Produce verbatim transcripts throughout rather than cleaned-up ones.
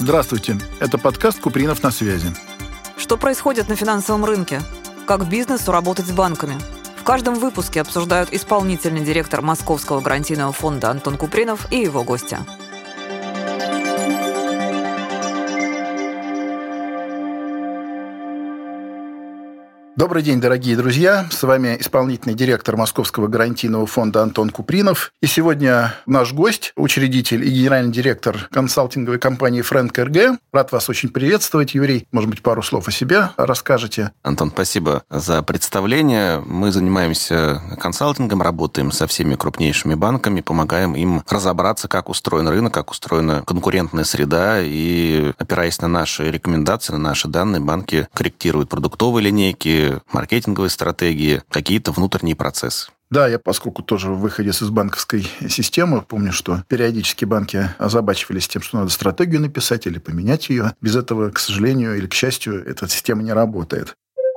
Здравствуйте, это подкаст «Купринов на связи». Что происходит на финансовом рынке? Как бизнесу работать с банками? В каждом выпуске обсуждают исполнительный директор Московского гарантийного фонда Антон Купринов и его гости. Добрый день, дорогие друзья. С вами исполнительный директор Московского гарантийного фонда Антон Купринов. И сегодня наш гость, учредитель и генеральный директор консалтинговой компании Фрэнк эр гэ. Рад вас очень приветствовать, Юрий. Может быть, пару слов о себе расскажете? Антон, спасибо за представление. Мы занимаемся консалтингом, работаем со всеми крупнейшими банками, помогаем им разобраться, как устроен рынок, как устроена конкурентная среда. И, опираясь на наши рекомендации, на наши данные, банки корректируют продуктовые линейки, маркетинговые стратегии, какие-то внутренние процессы. Да, я, поскольку тоже выходец из банковской системы, помню, что периодически банки озабачивались тем, что надо стратегию написать или поменять ее. Без этого, к сожалению или к счастью, эта система не работает.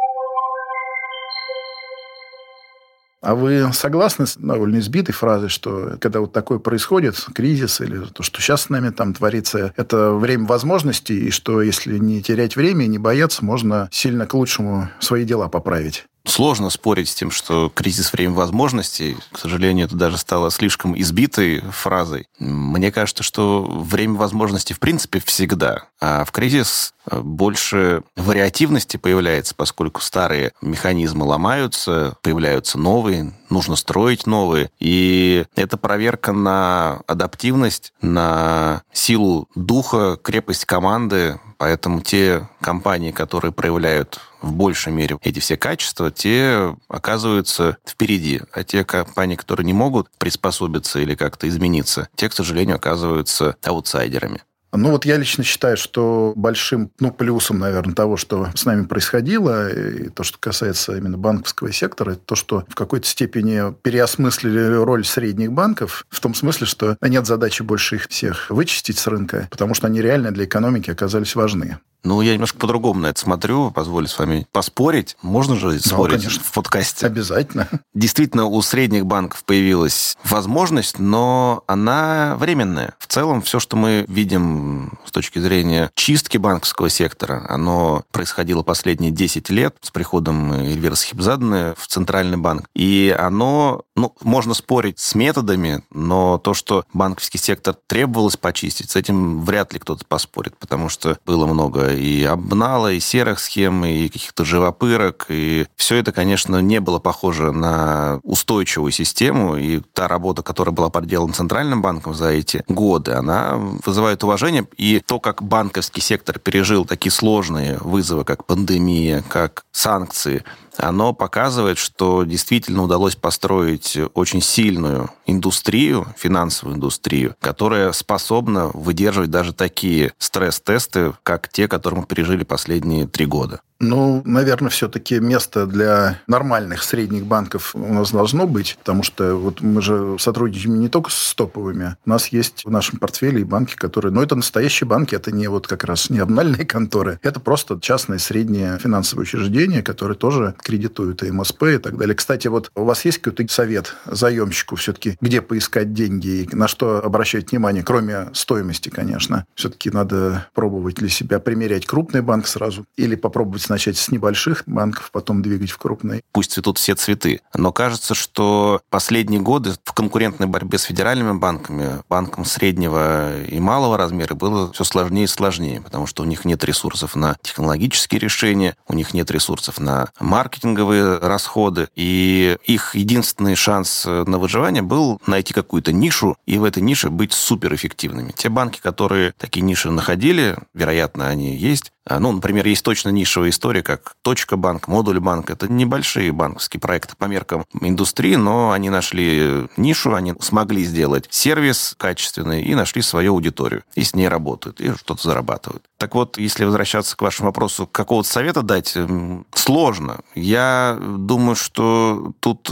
А вы согласны с довольно избитой фразой, что когда вот такое происходит, кризис или то, что сейчас с нами там творится, это время возможностей, и что если не терять время, не бояться, можно сильно к лучшему свои дела поправить? Сложно спорить с тем, что кризис – время возможностей. К сожалению, это даже стало слишком избитой фразой. Мне кажется, что время возможностей в принципе всегда, а в кризис больше вариативности появляется, поскольку старые механизмы ломаются, появляются новые, нужно строить новые. И это проверка на адаптивность, на силу духа, крепость команды. Поэтому те компании, которые проявляют в большей мере эти все качества, те оказываются впереди. А те компании, которые не могут приспособиться или как-то измениться, те, к сожалению, оказываются аутсайдерами. Ну, вот я лично считаю, что большим, ну, плюсом, наверное, того, что с нами происходило, и то, что касается именно банковского сектора, это то, что в какой-то степени переосмыслили роль средних банков, в том смысле, что нет задачи больше их всех вычистить с рынка, потому что они реально для экономики оказались важны. Ну, я немножко по-другому на это смотрю, позволю с вами поспорить. Можно же спорить, конечно, в подкасте? Обязательно. Действительно, у средних банков появилась возможность, но она временная. В целом, все, что мы видим с точки зрения чистки банковского сектора, оно происходило последние десять лет с приходом Эльвиры Сахибзаданы в Центральный банк. И оно, ну, можно спорить с методами, но то, что банковский сектор требовалось почистить, с этим вряд ли кто-то поспорит, потому что было много и обнала, и серых схем, и каких-то живопырок. И все это, конечно, не было похоже на устойчивую систему. И та работа, которая была проделана Центральным банком за эти годы, она вызывает уважение. И то, как банковский сектор пережил такие сложные вызовы, как пандемия, как санкции, оно показывает, что действительно удалось построить очень сильную индустрию, финансовую индустрию, которая способна выдерживать даже такие стресс-тесты, как те, которые мы пережили последние три года. Ну, наверное, все-таки место для нормальных средних банков у нас должно быть, потому что вот мы же сотрудничаем не только с топовыми. У нас есть в нашем портфеле и банки, которые... Ну, это настоящие банки, это не вот как раз не обнальные конторы. Это просто частные средние финансовые учреждения, которые тоже кредитуют и эм эс пэ и так далее. Кстати, вот у вас есть какой-то совет заемщику все-таки, где поискать деньги и на что обращать внимание, кроме стоимости, конечно? Все-таки надо пробовать для себя примерять крупный банк сразу или попробовать начать с небольших банков, потом двигать в крупные. Пусть цветут все цветы. Но кажется, что последние годы в конкурентной борьбе с федеральными банками, банкам среднего и малого размера было все сложнее и сложнее, потому что у них нет ресурсов на технологические решения, у них нет ресурсов на маркетинговые расходы, и их единственный шанс на выживание был найти какую-то нишу и в этой нише быть суперэффективными. Те банки, которые такие ниши находили, вероятно, они есть. Ну, например, есть точно нишевая история, как Точка банк, Модуль банк. Это небольшие банковские проекты по меркам индустрии, но они нашли нишу, они смогли сделать сервис качественный и нашли свою аудиторию. И с ней работают, и что-то зарабатывают. Так вот, если возвращаться к вашему вопросу, какого-то совета дать, сложно. Я думаю, что тут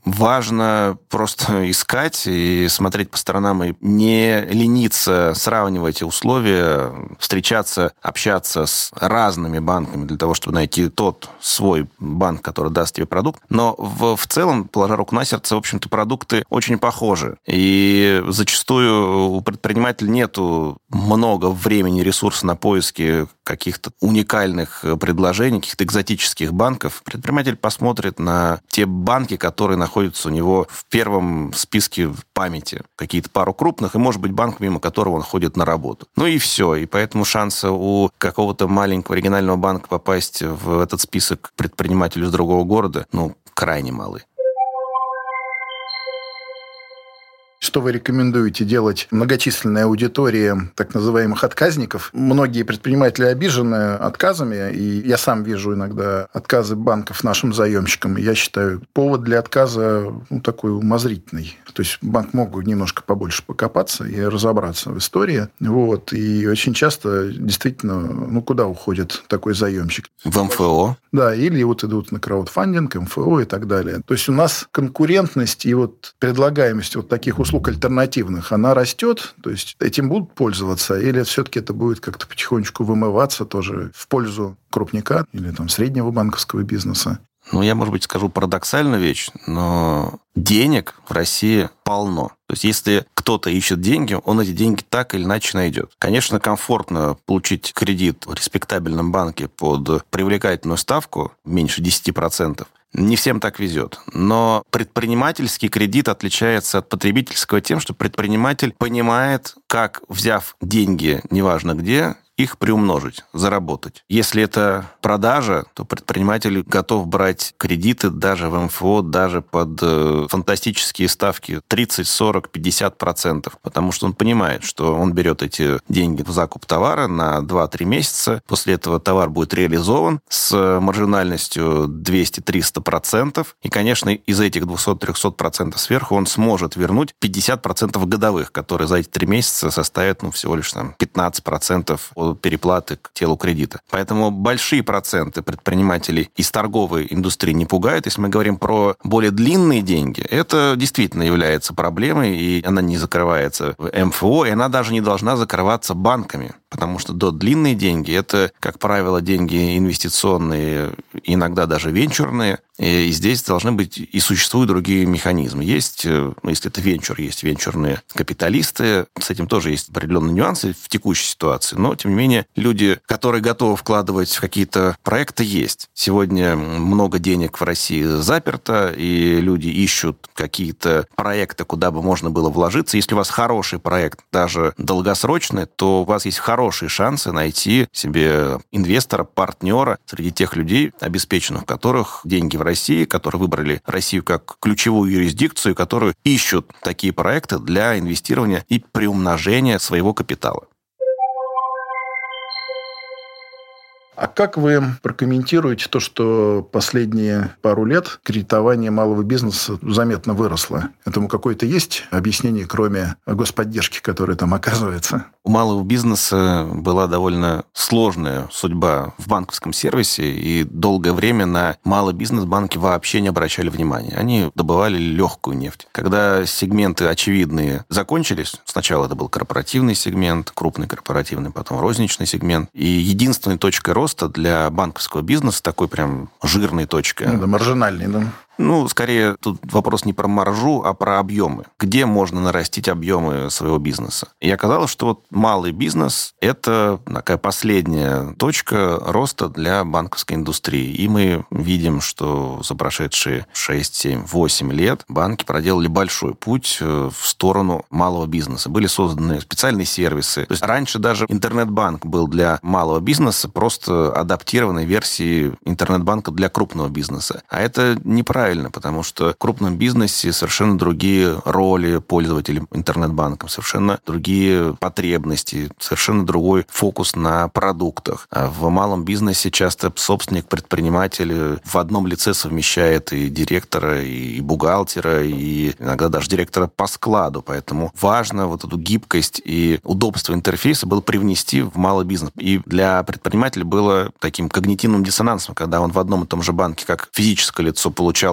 важно просто искать и смотреть по сторонам, и не лениться сравнивать условия, встречаться, общаться с с разными банками для того, чтобы найти тот свой банк, который даст тебе продукт. Но в, в целом, положа руку на сердце, в общем-то, продукты очень похожи. И зачастую у предпринимателя нету много времени, ресурсов на поиски каких-то уникальных предложений, каких-то экзотических банков. Предприниматель посмотрит на те банки, которые находятся у него в первом списке в памяти. Какие-то пару крупных, и, может быть, банк, мимо которого он ходит на работу. Ну и все. И поэтому шансы у какого-то маленького регионального банка попасть в этот список предпринимателю из другого города, ну, крайне малы. Что вы рекомендуете делать многочисленной аудитории так называемых отказников? Многие предприниматели обижены отказами, и я сам вижу иногда отказы банков нашим заемщикам. Я считаю, повод для отказа ну, такой умозрительный. То есть банк мог бы немножко побольше покопаться и разобраться в истории. Вот. И очень часто действительно, ну куда уходит такой заемщик? В эм эф о. Да, или вот идут на краудфандинг, эм эф о и так далее. То есть у нас конкурентность и вот предлагаемость вот таких услуг альтернативных, она растет, то есть этим будут пользоваться, или все-таки это будет как-то потихонечку вымываться тоже в пользу крупника или там среднего банковского бизнеса? Ну, я, может быть, скажу парадоксальную вещь, но денег в России полно. То есть, если кто-то ищет деньги, он эти деньги так или иначе найдет. Конечно, комфортно получить кредит в респектабельном банке под привлекательную ставку, меньше десять процентов. Не всем так везет. Но предпринимательский кредит отличается от потребительского тем, что предприниматель понимает, как, взяв деньги, неважно где, их приумножить, заработать. Если это продажа, то предприниматель готов брать кредиты даже в эм эф о, даже под э, фантастические ставки тридцать, сорок, пятьдесят процентов, потому что он понимает, что он берет эти деньги в закуп товара на два-три месяца, после этого товар будет реализован с маржинальностью двести-триста процентов, и, конечно, из этих двести-триста процентов сверху он сможет вернуть пятьдесят процентов годовых, которые за эти три месяца составят ну, всего лишь там, пятнадцать процентов от переплаты к телу кредита. Поэтому большие проценты предпринимателей из торговой индустрии не пугают. Если мы говорим про более длинные деньги, это действительно является проблемой, и она не закрывается в эм эф о, и она даже не должна закрываться банками. Потому что до длинные деньги – это, как правило, деньги инвестиционные, иногда даже венчурные. И здесь должны быть и существуют другие механизмы. Есть, если это венчур, есть венчурные капиталисты. С этим тоже есть определенные нюансы в текущей ситуации. Но, тем не менее, люди, которые готовы вкладывать в какие-то проекты, есть. Сегодня много денег в России заперто, и люди ищут какие-то проекты, куда бы можно было вложиться. Если у вас хороший проект, даже долгосрочный, то у вас есть хороший хорошие шансы найти себе инвестора, партнера среди тех людей, обеспеченных которых деньги в России, которые выбрали Россию как ключевую юрисдикцию, которые ищут такие проекты для инвестирования и приумножения своего капитала. А как вы прокомментируете то, что последние пару лет кредитование малого бизнеса заметно выросло? Этому какое-то есть объяснение, кроме господдержки, которая там оказывается? У малого бизнеса была довольно сложная судьба в банковском сервисе, и долгое время на малый бизнес банки вообще не обращали внимания. Они добывали легкую нефть. Когда сегменты очевидные закончились, сначала это был корпоративный сегмент, крупный корпоративный, потом розничный сегмент, и единственной точкой роста для банковского бизнеса, такой прям жирной точкой. Ну, да, маржинальный, да. Ну, скорее, тут вопрос не про маржу, а про объемы. Где можно нарастить объемы своего бизнеса? И оказалось, что вот малый бизнес – это такая последняя точка роста для банковской индустрии. И мы видим, что за прошедшие шесть, семь, восемь лет банки проделали большой путь в сторону малого бизнеса. Были созданы специальные сервисы. То есть раньше даже интернет-банк был для малого бизнеса просто адаптированной версией интернет-банка для крупного бизнеса. А это неправильно. Потому что в крупном бизнесе совершенно другие роли пользователей интернет-банком, совершенно другие потребности, совершенно другой фокус на продуктах. А в малом бизнесе часто собственник, предприниматель в одном лице совмещает и директора, и бухгалтера, и иногда даже директора по складу. Поэтому важно вот эту гибкость и удобство интерфейса было привнести в малый бизнес. И для предпринимателя было таким когнитивным диссонансом, когда он в одном и том же банке как физическое лицо получал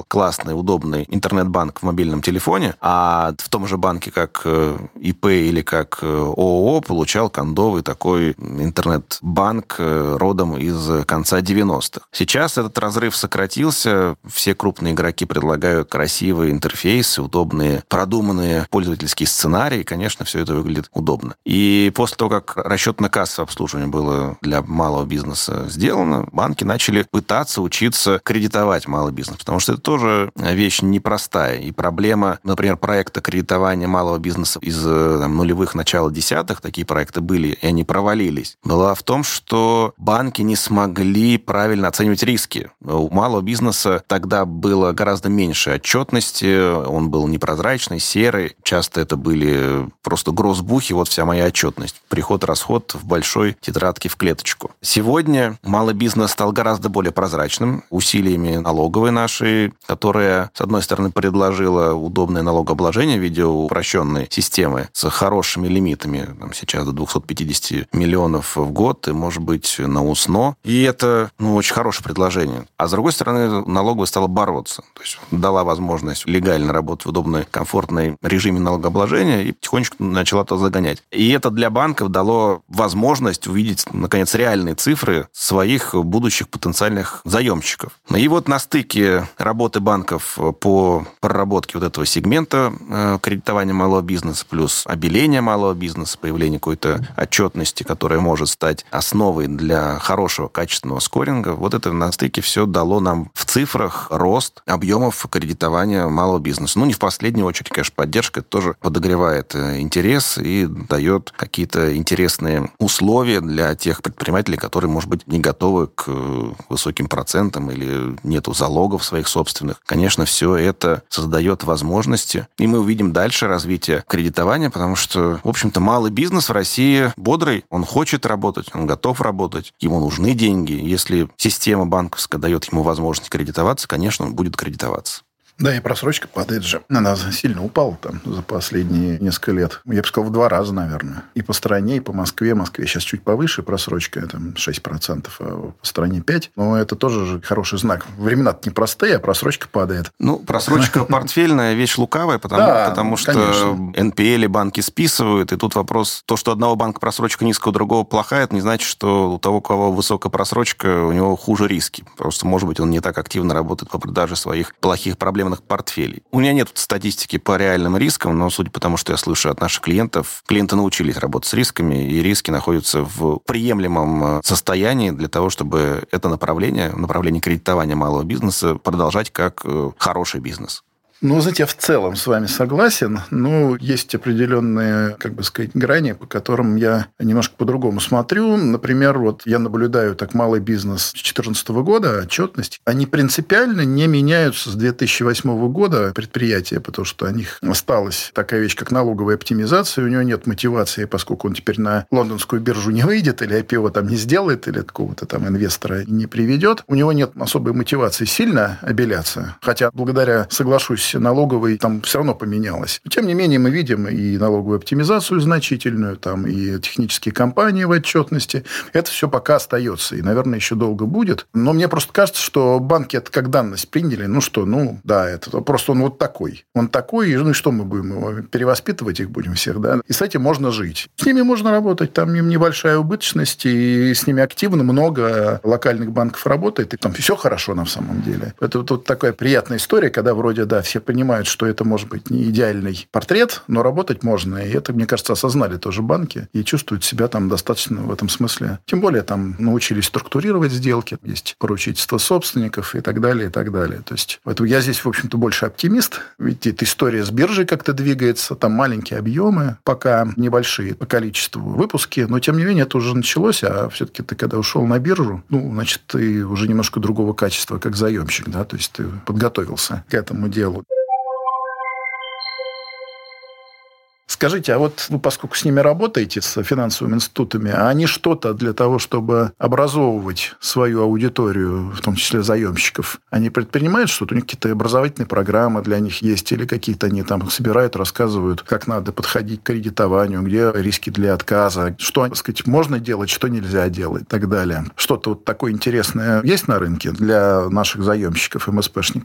классный, удобный интернет-банк в мобильном телефоне, а в том же банке, как ИП или как ООО, получал кондовый такой интернет-банк родом из конца девяностых. Сейчас этот разрыв сократился, все крупные игроки предлагают красивые интерфейсы, удобные, продуманные пользовательские сценарии, и, конечно, все это выглядит удобно. И после того, как расчетно-кассовое обслуживание было для малого бизнеса сделано, банки начали пытаться учиться кредитовать малый бизнес, потому что это тоже вещь непростая. И проблема, например, проекта кредитования малого бизнеса из там, нулевых, начала десятых, такие проекты были, и они провалились, была в том, что банки не смогли правильно оценивать риски. У малого бизнеса тогда было гораздо меньше отчетности, он был непрозрачный, серый, часто это были просто гроссбухи, вот вся моя отчетность. Приход-расход в большой тетрадке в клеточку. Сегодня малый бизнес стал гораздо более прозрачным усилиями налоговой нашей, которая, с одной стороны, предложила удобное налогообложение в виде упрощенной системы с хорошими лимитами, там, сейчас до двести пятьдесят миллионов в год, и, может быть, на УСНО. И это, ну, очень хорошее предложение. А с другой стороны, налоговая стала бороться. То есть дала возможность легально работать в удобной, комфортной режиме налогообложения и потихонечку начала это загонять. И это для банков дало возможность увидеть, наконец, реальные цифры своих будущих потенциальных заемщиков. И вот на стыке работы банков по проработке вот этого сегмента кредитования малого бизнеса плюс обеления малого бизнеса, появление какой-то отчетности, которая может стать основой для хорошего, качественного скоринга, вот это на стыке все дало нам в цифрах рост объемов кредитования малого бизнеса. Ну, не в последнюю очередь, конечно, поддержка это тоже подогревает интерес и дает какие-то интересные условия для тех предпринимателей, которые, может быть, не готовы к высоким процентам или нету залогов своих собственных. Конечно, все это создает возможности, и мы увидим дальше развитие кредитования, потому что, в общем-то, малый бизнес в России бодрый, он хочет работать, он готов работать, ему нужны деньги. Если система банковская дает ему возможность кредитоваться, конечно, он будет кредитоваться. Да, и просрочка падает же. Она сильно упала там за последние несколько лет. Я бы сказал, в два раза, наверное. И по стране, и по Москве. В Москве сейчас чуть повыше просрочка, там шесть процентов, а по стране пять процентов. Но это тоже же хороший знак. Времена-то непростые, а просрочка падает. Ну, просрочка портфельная вещь лукавая, потому, да, потому что конечно. эн пи эл банки списывают. И тут вопрос, то, что у одного банка просрочка низкая, у другого плохая, это не значит, что у того, у кого высокая просрочка, у него хуже риски. Просто, может быть, он не так активно работает по продаже своих плохих проблем портфелей. У меня нет статистики по реальным рискам, но судя по тому, что я слышу от наших клиентов, клиенты научились работать с рисками, и риски находятся в приемлемом состоянии для того, чтобы это направление, направление кредитования малого бизнеса продолжать как хороший бизнес. Ну, знаете, я в целом с вами согласен, но есть определенные, как бы сказать, грани, по которым я немножко по-другому смотрю. Например, вот я наблюдаю так малый бизнес с две тысячи четырнадцатого года, отчетность. Они принципиально не меняются с две тысячи восьмого года предприятия, потому что у них осталась такая вещь, как налоговая оптимизация, у него нет мотивации, поскольку он теперь на лондонскую биржу не выйдет, или ай пи о там не сделает, или какого-то там инвестора не приведет. У него нет особой мотивации сильно обеляться, хотя благодаря, соглашусь, налоговой там все равно поменялось. Но, тем не менее, мы видим и налоговую оптимизацию значительную, там, и технические компании в отчетности. Это все пока остается. И, наверное, еще долго будет. Но мне просто кажется, что банки это как данность приняли. Ну что, ну да, это просто он вот такой. Он такой, и ну и что мы будем его перевоспитывать их будем всех, да? И с этим можно жить. С ними можно работать. Там им небольшая убыточность, и с ними активно много локальных банков работает. И там все хорошо на самом деле. Это вот, вот такая приятная история, когда вроде, да, все понимают, что это может быть не идеальный портрет, но работать можно. И это, мне кажется, осознали тоже банки и чувствуют себя там достаточно в этом смысле. Тем более там научились структурировать сделки, есть поручительство собственников и так далее, и так далее. То есть, поэтому я здесь, в общем-то, больше оптимист. Ведь эта история с биржей как-то двигается, там маленькие объемы, пока небольшие по количеству выпуски, но, тем не менее, это уже началось, а все-таки ты, когда ушел на биржу, ну, значит, ты уже немножко другого качества, как заемщик, да, то есть ты подготовился к этому делу. Скажите, а вот вы, поскольку с ними работаете, с финансовыми институтами, а они что-то для того, чтобы образовывать свою аудиторию, в том числе заемщиков, они предпринимают что-то? У них какие-то образовательные программы для них есть? Или какие-то они там собирают, рассказывают, как надо подходить к кредитованию, где риски для отказа, что, так сказать, можно делать, что нельзя делать и так далее? Что-то вот такое интересное есть на рынке для наших заемщиков, эм эс пэ шников?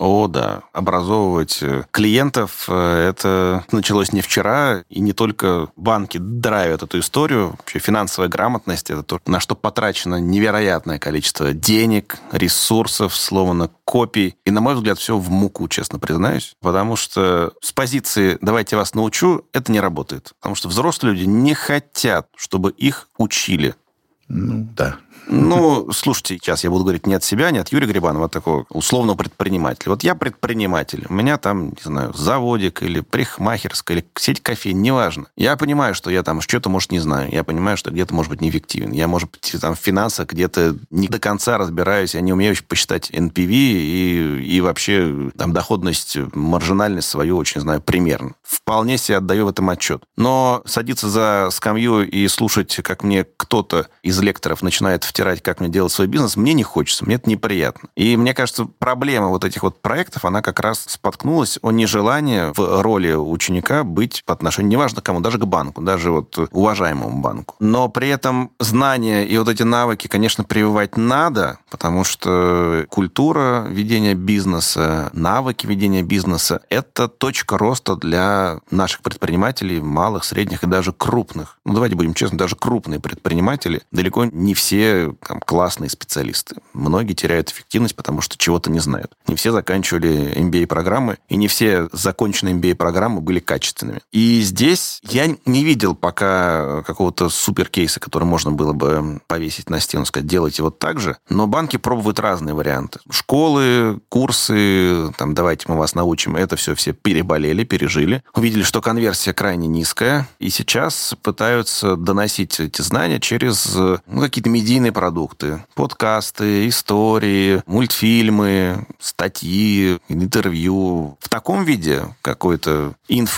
О, да. Образовывать клиентов, это началось не вчера, и не только банки драйвят эту историю. Вообще финансовая грамотность – это то, на что потрачено невероятное количество денег, ресурсов, словно копий. И, на мой взгляд, все в муку, честно признаюсь. Потому что с позиции «давайте вас научу» это не работает. Потому что взрослые люди не хотят, чтобы их учили. Ну, да. Ну, слушайте, сейчас я буду говорить не от себя, не от Юрия Грибанова, а от такого условного предпринимателя. Вот я предприниматель, у меня там, не знаю, заводик или парикмахерская, или сеть кофеин, неважно. Я понимаю, что я там что-то, может, не знаю. Я понимаю, что где-то, может быть, неэффективен. Я, может быть, там в финансах где-то не до конца разбираюсь, я не умею посчитать эн пи ви и, и вообще там доходность, маржинальность свою очень знаю примерно. Вполне себе отдаю в этом отчет. Но садиться за скамью и слушать, как мне кто-то из лекторов начинает втирать, как мне делать свой бизнес, мне не хочется, мне это неприятно. И мне кажется, проблема вот этих вот проектов, она как раз споткнулась о нежелании в роли ученика быть по отношению, неважно кому, даже к банку, даже вот уважаемому банку. Но при этом знания и вот эти навыки, конечно, прививать надо, потому что культура ведения бизнеса, навыки ведения бизнеса – это точка роста для наших предпринимателей, малых, средних и даже крупных. Ну, давайте будем честны, даже крупные предприниматели, далеко не все там, классные специалисты. Многие теряют эффективность, потому что чего-то не знают. Не все заканчивали эм би эй-программы, и не все законченные эм би эй-программы были качественными. И здесь я не видел пока какого-то суперкейса, который можно было бы повесить на стену, сказать, делайте вот так же. Но банки пробуют разные варианты. Школы, курсы, там, давайте мы вас научим. Это все все переболели, пережили. Увидели, что конверсия крайне низкая, и сейчас пытаются доносить эти знания через ну, какие-то медийные продукты. Подкасты, истории, мультфильмы, статьи, интервью. В таком виде какой-то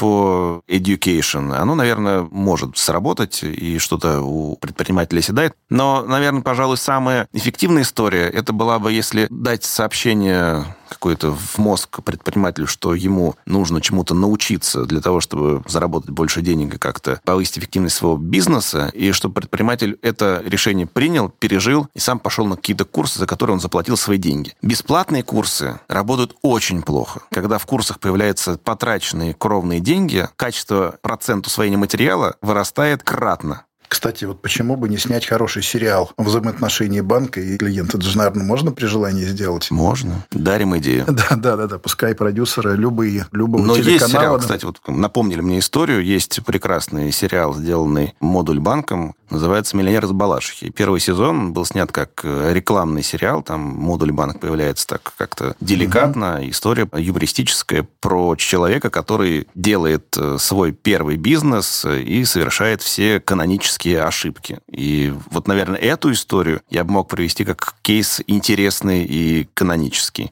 инфо-education, оно, наверное, может сработать, и что-то у предпринимателя седает. Но, наверное, пожалуй, самая эффективная история, это была бы, если дать сообщение какое-то в мозг предпринимателю, что ему нужно чему-то научиться для того, чтобы заработать больше денег и как-то повысить эффективность своего бизнеса, и чтобы предприниматель это решение принял, пережил и сам пошел на какие-то курсы, за которые он заплатил свои деньги. Бесплатные курсы работают очень плохо. Когда в курсах появляются потраченные кровные деньги, качество, процент усвоения материала вырастает кратно. Кстати, вот почему бы не снять хороший сериал о взаимоотношении банка и клиента? Это же, наверное, можно при желании сделать? Можно. Дарим идею. Да, да, да, да. Пускай продюсеры любые, любого Но телеканала... есть сериал, кстати, вот напомнили мне историю. Есть прекрасный сериал, сделанный Модуль банком. Называется «Миллионер из Балашихи». Первый сезон был снят как рекламный сериал. Там Модуль банк появляется так как-то деликатно. Угу. История юмористическая про человека, который делает свой первый бизнес и совершает все канонические ошибки. И вот, наверное, эту историю я бы мог привести как кейс интересный и канонический.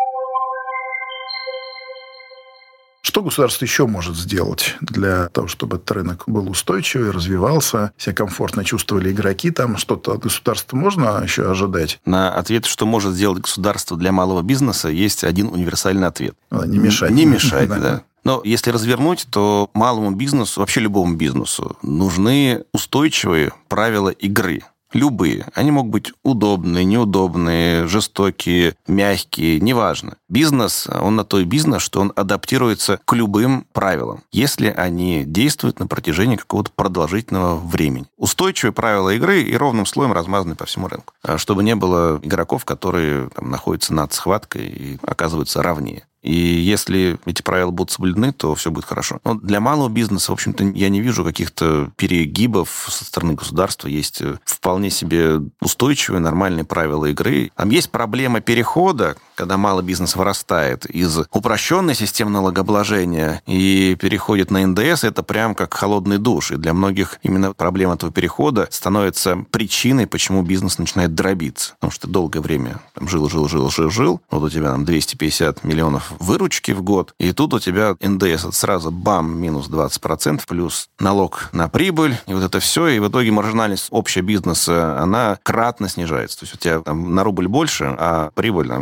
Что государство еще может сделать для того, чтобы этот рынок был устойчивый, развивался, себя комфортно чувствовали игроки? Там что-то от государства можно еще ожидать? На ответ, что может сделать государство для малого бизнеса, есть один универсальный ответ. Не мешать. Не мешать, да. Но если развернуть, то малому бизнесу, вообще любому бизнесу, нужны устойчивые правила игры. Любые. Они могут быть удобные, неудобные, жестокие, мягкие, неважно. Бизнес, он на то и бизнес, что он адаптируется к любым правилам, если они действуют на протяжении какого-то продолжительного времени. Устойчивые правила игры и ровным слоем размазаны по всему рынку. Чтобы не было игроков, которые там, находятся над схваткой и оказываются равнее. И если эти правила будут соблюдены, то все будет хорошо. Но для малого бизнеса, в общем-то, я не вижу каких-то перегибов со стороны государства. Есть вполне себе устойчивые, нормальные правила игры. Там есть проблема перехода, когда малый бизнес вырастает из упрощенной системы налогообложения и переходит на эн дэ эс. Это прям как холодный душ. И для многих именно проблема этого перехода становится причиной, почему бизнес начинает дробиться. Потому что долгое время там, жил, жил, жил, жил, жил. Вот у тебя там двести пятьдесят миллионов выручки в год, и тут у тебя эн дэ эс сразу бам, минус двадцать процентов, плюс налог на прибыль, и вот это все, и в итоге маржинальность общего бизнеса, она кратно снижается. То есть у тебя там на рубль больше, а прибыль там пять раз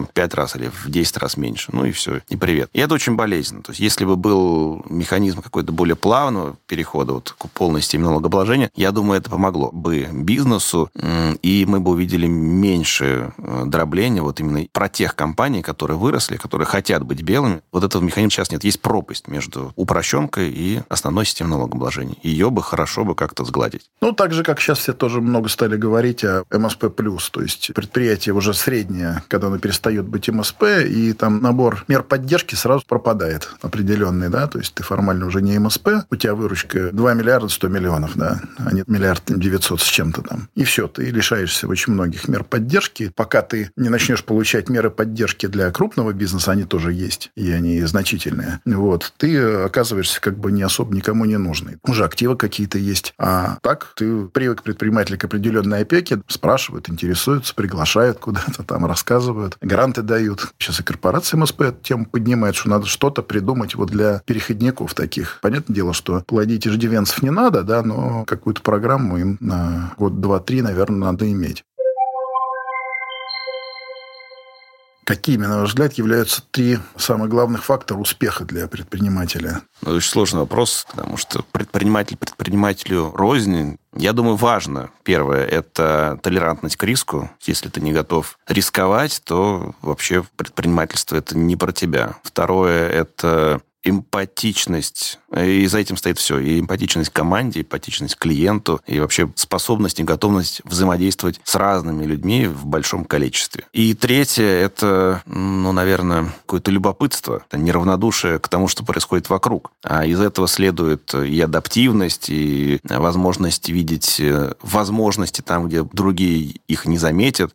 раз или в десять раз меньше. Ну и все, и привет. И это очень болезненно. То есть если бы был механизм какой-то более плавного перехода вот, к полной системе налогообложения, я думаю, это помогло бы бизнесу, и мы бы увидели меньше дробления вот именно про тех компаний, которые выросли, которые хотят быть белыми. Вот этого механизма сейчас нет. Есть пропасть между упрощенкой и основной системой налогообложения. Ее бы хорошо бы как-то сгладить. Ну, так же, как сейчас все тоже много стали говорить о эм эс пэ плюс, то есть предприятие уже среднее, когда оно перестает быть эм эс пэ, и там набор мер поддержки сразу пропадает определенный, да, то есть ты формально уже не эм эс пэ, у тебя выручка два миллиарда сто миллионов, да, а не миллиард девятьсот с чем-то там. И все, ты лишаешься очень многих мер поддержки. Пока ты не начнешь получать меры поддержки для крупного бизнеса, они тоже есть, и они значительные, вот, ты оказываешься как бы не особо никому не нужный. Уже активы какие-то есть, а так ты привык предприниматель к определенной опеке, спрашивают, интересуются, приглашают куда-то, там рассказывают, гранты дают. Сейчас и корпорация эм эс пэ эту тему поднимает, что надо что-то придумать вот для переходников таких. Понятное дело, что плодить иждивенцев не надо, да, но какую-то программу им на год, два, три, наверное, надо иметь. Какими, на ваш взгляд, являются три самых главных фактора успеха для предпринимателя? Ну, очень сложный вопрос, потому что предприниматель предпринимателю рознь. Я думаю, важно. Первое – это толерантность к риску. Если ты не готов рисковать, то вообще предпринимательство – это не про тебя. Второе – это эмпатичность. И за этим стоит все. И эмпатичность к команде, эмпатичность к клиенту, и вообще способность и готовность взаимодействовать с разными людьми в большом количестве. И третье – это, ну, наверное, какое-то любопытство, неравнодушие к тому, что происходит вокруг. А из этого следует и адаптивность, и возможность видеть возможности там, где другие их не заметят,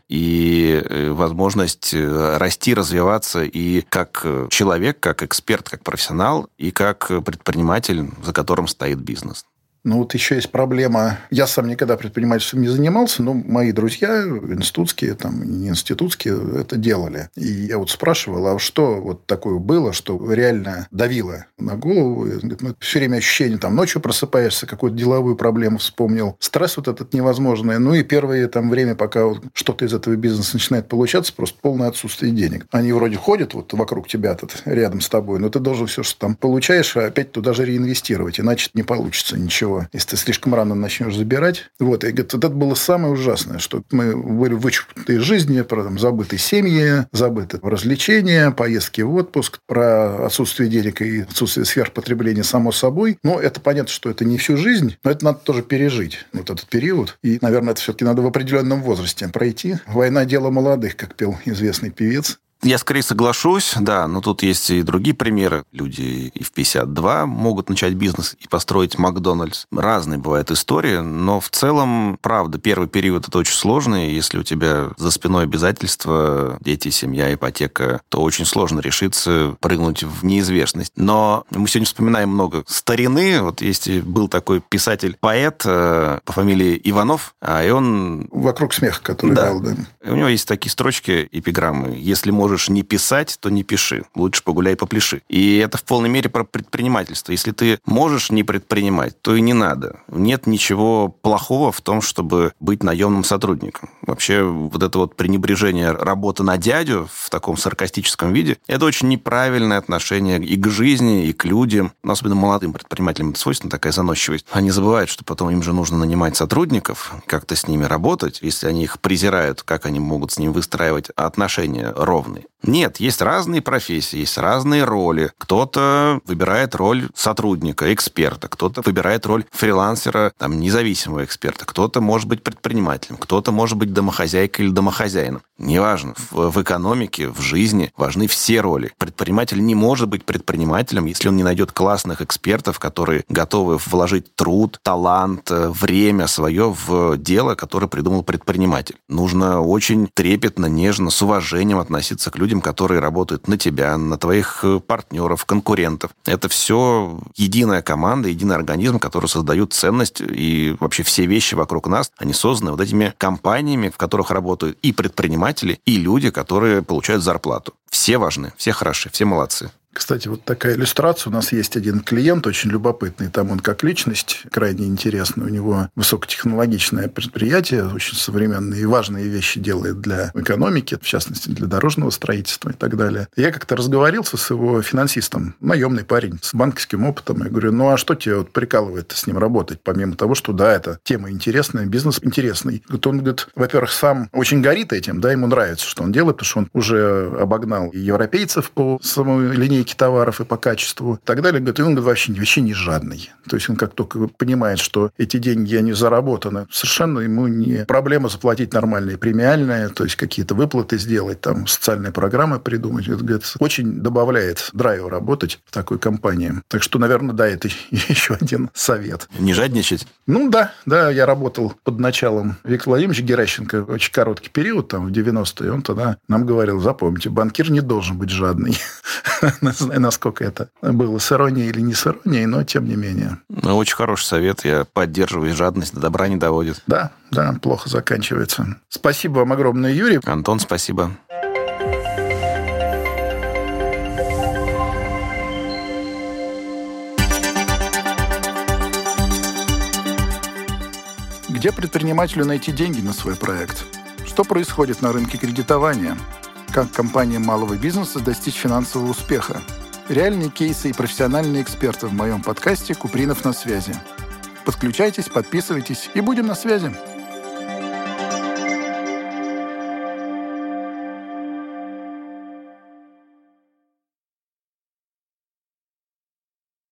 и возможность расти, развиваться и как человек, как эксперт, как профессионал, и как предприниматель, за которым стоит бизнес. Ну, вот еще есть проблема. Я сам никогда предпринимательством не занимался, но мои друзья институтские, там, не институтские, это делали. И я вот спрашивал, а что вот такое было, что реально давило на голову? Ну, все время ощущение, там, ночью просыпаешься, какую-то деловую проблему вспомнил. Стресс вот этот невозможный. Ну, и первое там время, пока вот что-то из этого бизнеса начинает получаться, просто полное отсутствие денег. Они вроде ходят вот вокруг тебя, тут, рядом с тобой, но ты должен все, что там получаешь, опять туда же реинвестировать, иначе не получится ничего. Если ты слишком рано начнешь забирать. Вот, и говорит, вот это было самое ужасное, что мы были вычеркнуты из жизни, про там, забытые семьи, забытые развлечения, поездки в отпуск, про отсутствие денег и отсутствие сверхпотребления само собой. Но это понятно, что это не всю жизнь, но это надо тоже пережить, вот этот период. И, наверное, это все-таки надо в определенном возрасте пройти. «Война – дело молодых», как пел известный певец. Я скорее соглашусь, да, но тут есть и другие примеры. Люди и в пятьдесят два могут начать бизнес и построить Макдональдс. Разные бывают истории, но в целом, правда, первый период – это очень сложный. Если у тебя за спиной обязательства, дети, семья, ипотека, то очень сложно решиться прыгнуть в неизвестность. Но мы сегодня вспоминаем много старины. Вот есть был такой писатель-поэт по фамилии Иванов, и он... «Вокруг смеха», который да. дал, да. У него есть такие строчки, эпиграммы. «Если можешь не писать, то не пиши. Лучше погуляй, попляши». И это в полной мере про предпринимательство. Если ты можешь не предпринимать, то и не надо. Нет ничего плохого в том, чтобы быть наемным сотрудником. Вообще, вот это вот пренебрежение работы на дядю в таком саркастическом виде, это очень неправильное отношение и к жизни, и к людям. Но особенно молодым предпринимателям это свойственно, такая заносчивость. Они забывают, что потом им же нужно нанимать сотрудников, как-то с ними работать. Если они их презирают, как они могут с ними выстраивать отношения ровные. Нет, есть разные профессии, есть разные роли. Кто-то выбирает роль сотрудника, эксперта, кто-то выбирает роль фрилансера, там, независимого эксперта, кто-то может быть предпринимателем, кто-то может быть домохозяйкой или домохозяином. Неважно. В, в экономике, в жизни важны все роли. Предприниматель не может быть предпринимателем, если он не найдет классных экспертов, которые готовы вложить труд, талант, время свое в дело, которое придумал предприниматель. Нужно очень трепетно, нежно, с уважением относиться к людям, которые работают на тебя, на твоих партнеров, конкурентов. Это все единая команда, единый организм, который создает ценность, и вообще все вещи вокруг нас, они созданы вот этими компаниями, в которых работают и предприниматели, и люди, которые получают зарплату. Все важны, все хороши, все молодцы. Кстати, вот такая иллюстрация. У нас есть один клиент очень любопытный. Там он как личность крайне интересный. У него высокотехнологичное предприятие, очень современные и важные вещи делает для экономики, в частности, для дорожного строительства и так далее. Я как-то разговорился с его финансистом, наемный парень с банковским опытом. Я говорю, ну, а что тебе вот прикалывает с ним работать, помимо того, что, да, это тема интересная, бизнес интересный. Вот он говорит, во-первых, сам очень горит этим, да, ему нравится, что он делает, потому что он уже обогнал и европейцев по самой линейке товаров и по качеству и так далее. Говорит, и он говорит, вообще, вообще не жадный. То есть он как только понимает, что эти деньги, они заработаны, совершенно ему не проблема заплатить нормальные премиальные, то есть какие-то выплаты сделать, там, социальные программы придумать. Это, говорит, очень добавляет драйва работать в такой компании. Так что, наверное, да, это еще один совет. Не жадничать? Ну, да. Да, я работал под началом Виктора Владимировича Геращенко очень короткий период, там, в девяностые. Он тогда нам говорил, запомните, банкир не должен быть жадный. Не знаю, насколько это было с иронией или не с иронией, но тем не менее. Ну, очень хороший совет. Я поддерживаю. Жадность до добра не доводит. Да, да, плохо заканчивается. Спасибо вам огромное, Юрий. Антон, спасибо. Где предпринимателю найти деньги на свой проект? Что происходит на рынке кредитования? Как компаниям малого бизнеса достичь финансового успеха? Реальные кейсы и профессиональные эксперты в моем подкасте «Купринов на связи». Подключайтесь, подписывайтесь и будем на связи.